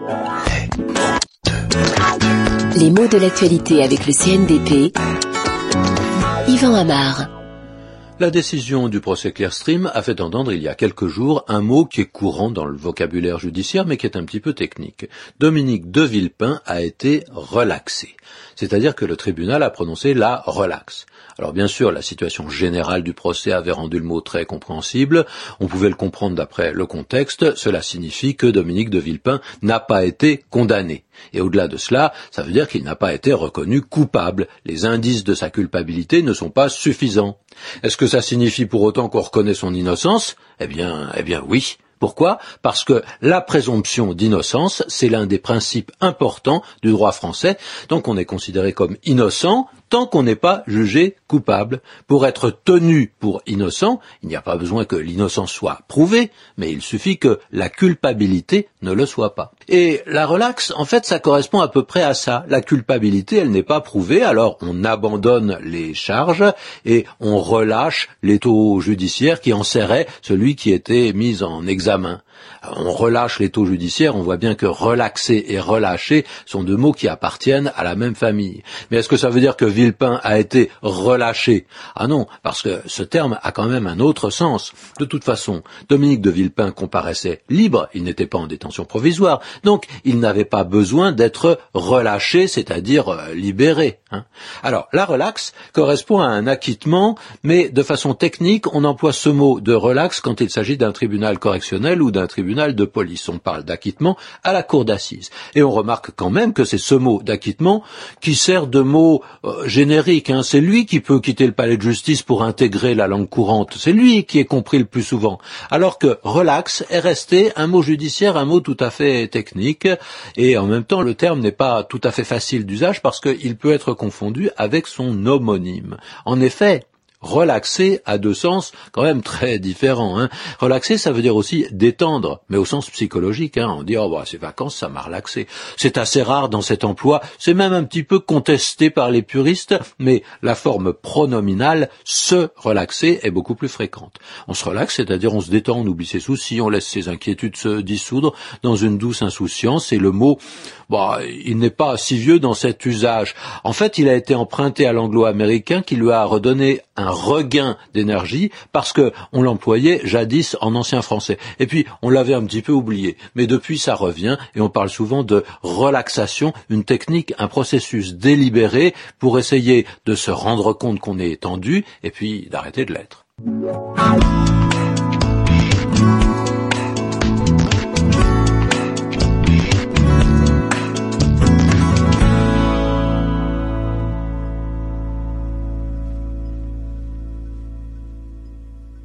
Les mots de l'actualité avec le CNDP. Yvan Amar. La décision du procès Clearstream a fait entendre il y a quelques jours un mot qui est courant dans le vocabulaire judiciaire mais qui est un petit peu technique. Dominique de Villepin a été relaxé. C'est-à-dire que le tribunal a prononcé la relaxe. Alors bien sûr, la situation générale du procès avait rendu le mot très compréhensible. On pouvait le comprendre d'après le contexte. Cela signifie que Dominique de Villepin n'a pas été condamné. Et au-delà de cela, ça veut dire qu'il n'a pas été reconnu coupable. Les indices de sa culpabilité ne sont pas suffisants. Est-ce que ça signifie pour autant qu'on reconnaît son innocence ? Eh bien oui. Pourquoi ? Parce que la présomption d'innocence, c'est l'un des principes importants du droit français. Donc on est considéré comme innocent tant qu'on n'est pas jugé coupable. Pour être tenu pour innocent, il n'y a pas besoin que l'innocence soit prouvée, mais il suffit que la culpabilité ne le soit pas. Et la relaxe, en fait, ça correspond à peu près à ça. La culpabilité, elle n'est pas prouvée, alors on abandonne les charges et on relâche l'étau judiciaire qui enserrait celui qui était mis en examen. On relâche l'étau judiciaire, on voit bien que relaxer et relâcher sont deux mots qui appartiennent à la même famille. Mais est-ce que ça veut dire que Villepin a été relâché ? Ah non, parce que ce terme a quand même un autre sens. De toute façon, Dominique de Villepin comparaissait libre, il n'était pas en détention provisoire, donc il n'avait pas besoin d'être relâché, c'est-à-dire libéré. Alors, la relaxe correspond à un acquittement, mais de façon technique, on emploie ce mot de relaxe quand il s'agit d'un tribunal correctionnel ou d'un tribunal de police. On parle d'acquittement à la cour d'assises. Et on remarque quand même que c'est ce mot d'acquittement qui sert de mot générique. C'est lui qui peut quitter le palais de justice pour intégrer la langue courante. C'est lui qui est compris le plus souvent. Alors que relax est resté un mot judiciaire, un mot tout à fait technique. Et en même temps, le terme n'est pas tout à fait facile d'usage parce qu'il peut être confondu avec son homonyme. En effet, relaxer a deux sens quand même très différents. Relaxer, ça veut dire aussi détendre, mais au sens psychologique. On dit ces vacances, ça m'a relaxé. C'est assez rare dans cet emploi, c'est même un petit peu contesté par les puristes, mais la forme pronominale se relaxer est beaucoup plus fréquente. On se relaxe, c'est-à-dire on se détend, on oublie ses soucis, on laisse ses inquiétudes se dissoudre dans une douce insouciance, et le mot, il n'est pas si vieux dans cet usage. En fait, il a été emprunté à l'anglo-américain qui lui a redonné un regain d'énergie parce que on l'employait jadis en ancien français. Et puis, on l'avait un petit peu oublié. Mais depuis, ça revient et on parle souvent de relaxation, une technique, un processus délibéré pour essayer de se rendre compte qu'on est tendu et puis d'arrêter de l'être.